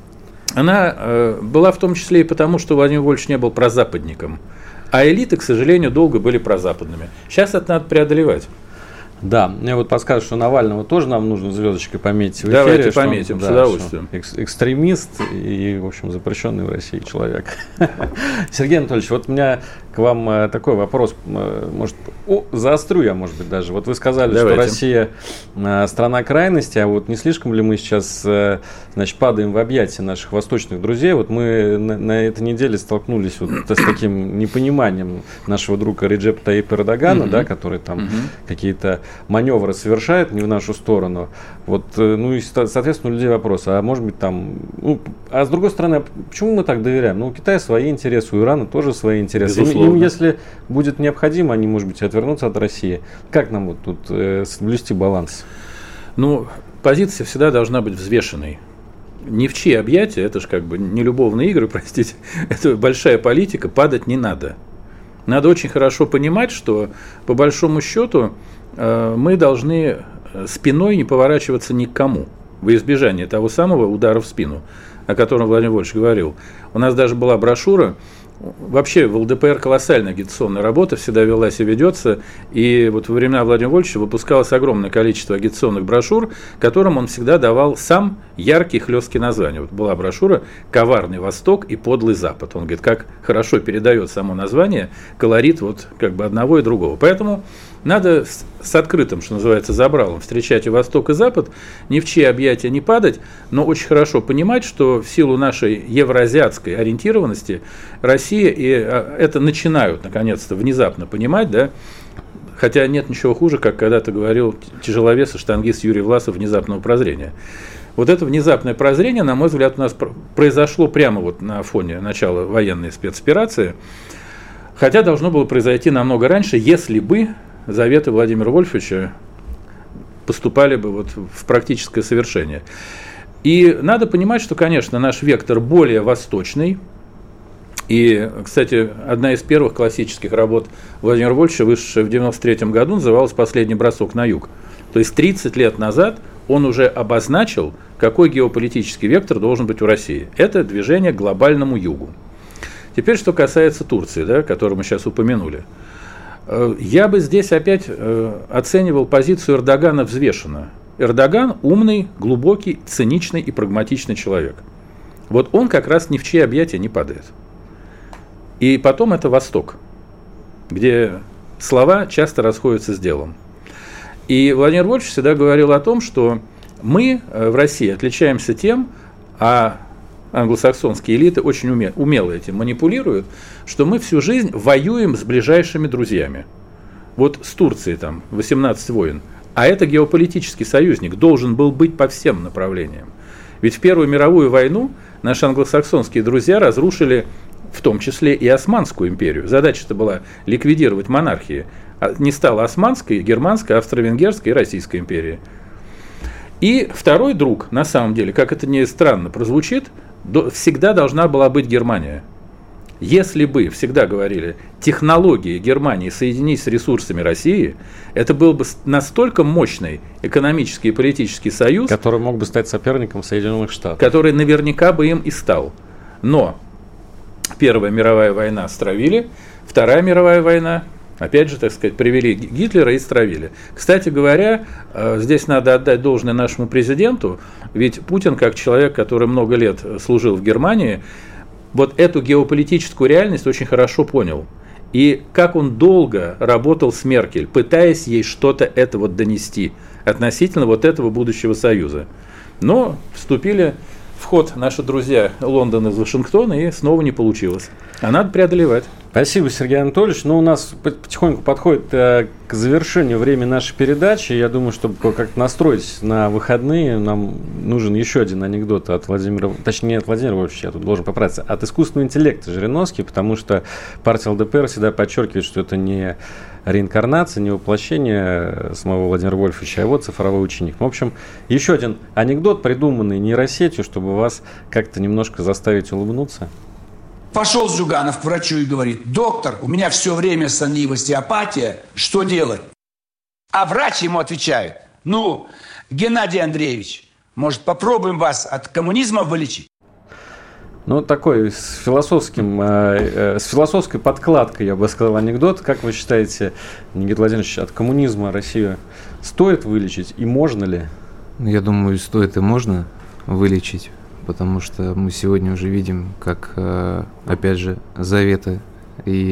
Speaker 4: она э, была в том числе и потому, что Владимир Вольфович не был прозападником, а элиты, к сожалению, долго были прозападными. Сейчас это надо преодолевать.
Speaker 2: Да, мне вот подсказывают, что Навального тоже нам нужно звездочкой пометить в эфире.
Speaker 4: Давайте пометим, он, с да, удовольствием.
Speaker 2: Экс- экстремист и, в общем, запрещенный в России человек. Сергей Анатольевич, вот у меня к вам такой вопрос, может, о, заострю я, может быть, даже. Вот вы сказали,
Speaker 4: Давайте.
Speaker 2: что Россия страна крайности, а вот не слишком ли мы сейчас, значит, падаем в объятия наших восточных друзей? Вот мы на, на этой неделе столкнулись вот с таким непониманием нашего друга Реджепа Таyyипа Эрдогана, mm-hmm. да, который там mm-hmm. какие-то маневры совершает не в нашу сторону. Вот, ну и, соответственно, у людей вопрос, а может быть там... Ну, а с другой стороны, почему мы так доверяем? Ну, у Китая свои интересы, у Ирана тоже свои интересы. Им, им, если будет необходимо, они, может быть, отвернутся от России. Как нам вот тут э, соблюсти баланс?
Speaker 4: Ну, позиция всегда должна быть взвешенной. Ни в чьи объятия, это же как бы не любовные игры, простите, это большая политика, падать не надо. Надо очень хорошо понимать, что по большому счету э, мы должны спиной не поворачиваться ни к кому, во избежание того самого удара в спину, о котором Владимир Вольфович говорил. У нас даже была брошюра. Вообще в ЛДПР колоссальная агитационная работа всегда велась и ведется, и вот во времена Владимира Вольфовича выпускалось огромное количество агитационных брошюр, которым он всегда давал сам яркие хлесткие названия. Вот была брошюра «Коварный Восток и подлый Запад». Он говорит, как хорошо передает само название, колорит вот как бы одного и другого. Поэтому надо с, с открытым, что называется, забралом встречать и Восток, и Запад, ни в чьи объятия не падать, но очень хорошо понимать, что в силу нашей евроазиатской ориентированности Россия и это начинают наконец-то внезапно понимать, да, хотя нет ничего хуже, как когда-то говорил тяжеловес и штангист Юрий Власов, внезапного прозрения. Вот это внезапное прозрение, на мой взгляд, у нас произошло прямо вот на фоне начала военной спецоперации, хотя должно было произойти намного раньше, если бы заветы Владимира Вольфовича поступали бы вот в практическое совершение. И надо понимать, что, конечно, наш вектор более восточный. И, кстати, одна из первых классических работ Владимира Вольфовича, вышедшая в девяносто третьем году, называлась «Последний бросок на юг». То есть тридцать лет назад он уже обозначил, какой геополитический вектор должен быть у России. Это движение к глобальному югу. Теперь, что касается Турции, да, которую мы сейчас упомянули. Я бы здесь опять оценивал позицию Эрдогана взвешенно. Эрдоган умный, глубокий, циничный и прагматичный человек. Вот он как раз ни в чьи объятия не падает. И потом это Восток, где слова часто расходятся с делом. И Владимир Вольфович всегда говорил о том, что мы в России отличаемся тем, а англосаксонские элиты очень умело этим манипулируют, что мы всю жизнь воюем с ближайшими друзьями. Вот с Турцией там восемнадцать войн. А это геополитический союзник, должен был быть по всем направлениям. Ведь в Первую мировую войну наши англосаксонские друзья разрушили в том числе и Османскую империю. Задача-то была ликвидировать монархии. Не стало Османской, Германской, Австро-Венгерской и Российской империи. И второй друг, на самом деле, как это ни странно прозвучит, всегда должна была быть Германия. Если бы, всегда говорили, технологии Германии соединить с ресурсами России, это был бы настолько мощный экономический и политический союз,
Speaker 2: который мог бы стать соперником Соединенных Штатов.
Speaker 4: Который наверняка бы им и стал. Но Первая мировая война стравили, Вторая мировая война, опять же, так сказать, привели Гитлера и стравили. Кстати говоря, здесь надо отдать должное нашему президенту, ведь Путин, как человек, который много лет служил в Германии, вот эту геополитическую реальность очень хорошо понял. И как он долго работал с Меркель, пытаясь ей что-то это вот донести относительно вот этого будущего союза. Но вступили в ход наши друзья Лондон из Вашингтона, и снова не получилось. А надо преодолевать.
Speaker 2: Спасибо, Сергей Анатольевич. Ну, у нас потихоньку подходит э, к завершению время нашей передачи. Я думаю, чтобы как-то настроить на выходные, нам нужен еще один анекдот от Владимира, точнее, не от Владимира Вольфовича, я тут должен поправиться, от искусственного интеллекта Жириновский, потому что партия ЛДПР всегда подчеркивает, что это не реинкарнация, не воплощение самого Владимира Вольфовича, а вот цифровой ученик. В общем, еще один анекдот, придуманный нейросетью, чтобы вас как-то немножко заставить улыбнуться.
Speaker 5: Пошел Зюганов к врачу и говорит: доктор, у меня все время сонливость и апатия, что делать? А врач ему отвечает: ну, Геннадий Андреевич, может, попробуем вас от коммунизма вылечить?
Speaker 2: Ну, такой с философским, э, э, с философской подкладкой, я бы сказал, анекдот. Как вы считаете, Никита Владимирович, от коммунизма Россию стоит вылечить и можно ли?
Speaker 3: Я думаю, стоит и можно вылечить, потому что мы сегодня уже видим, как, опять же, заветы и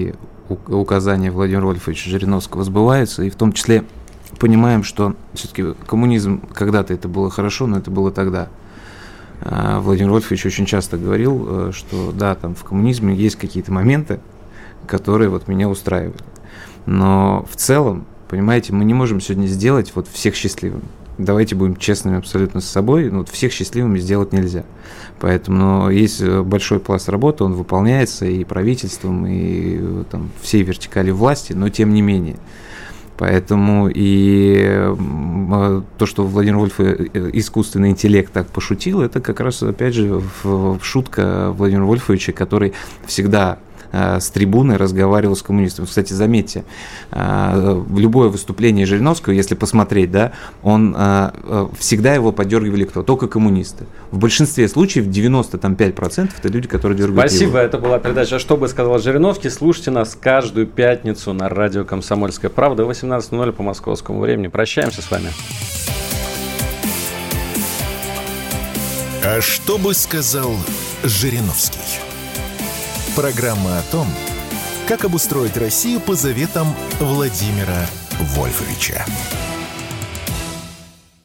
Speaker 3: указания Владимира Вольфовича Жириновского сбываются, и в том числе понимаем, что все-таки коммунизм когда-то это было хорошо, но это было тогда. Владимир Вольфович очень часто говорил, что да, там в коммунизме есть какие-то моменты, которые вот меня устраивают. Но в целом, понимаете, мы не можем сегодня сделать вот всех счастливыми. Давайте будем честными абсолютно с собой, но вот всех счастливыми сделать нельзя. Поэтому есть большой пласт работы, он выполняется и правительством, и там, всей вертикали власти, но тем не менее. Поэтому и то, что Владимир Вольфович искусственный интеллект так пошутил, это как раз, опять же, шутка Владимира Вольфовича, который всегда с трибуны разговаривал с коммунистами. Кстати, заметьте, любое выступление Жириновского, если посмотреть, да, он всегда его поддергивали кто? Только коммунисты. В большинстве случаев девяносто пять процентов это люди, которые дергают
Speaker 2: Спасибо,
Speaker 3: его.
Speaker 2: это была передача «Что бы сказал Жириновский». Слушайте нас каждую пятницу на радио «Комсомольская правда» в восемнадцать ноль ноль по московскому времени. Прощаемся с вами.
Speaker 1: А что бы сказал Жириновский? Программа о том, как обустроить Россию по заветам Владимира Вольфовича.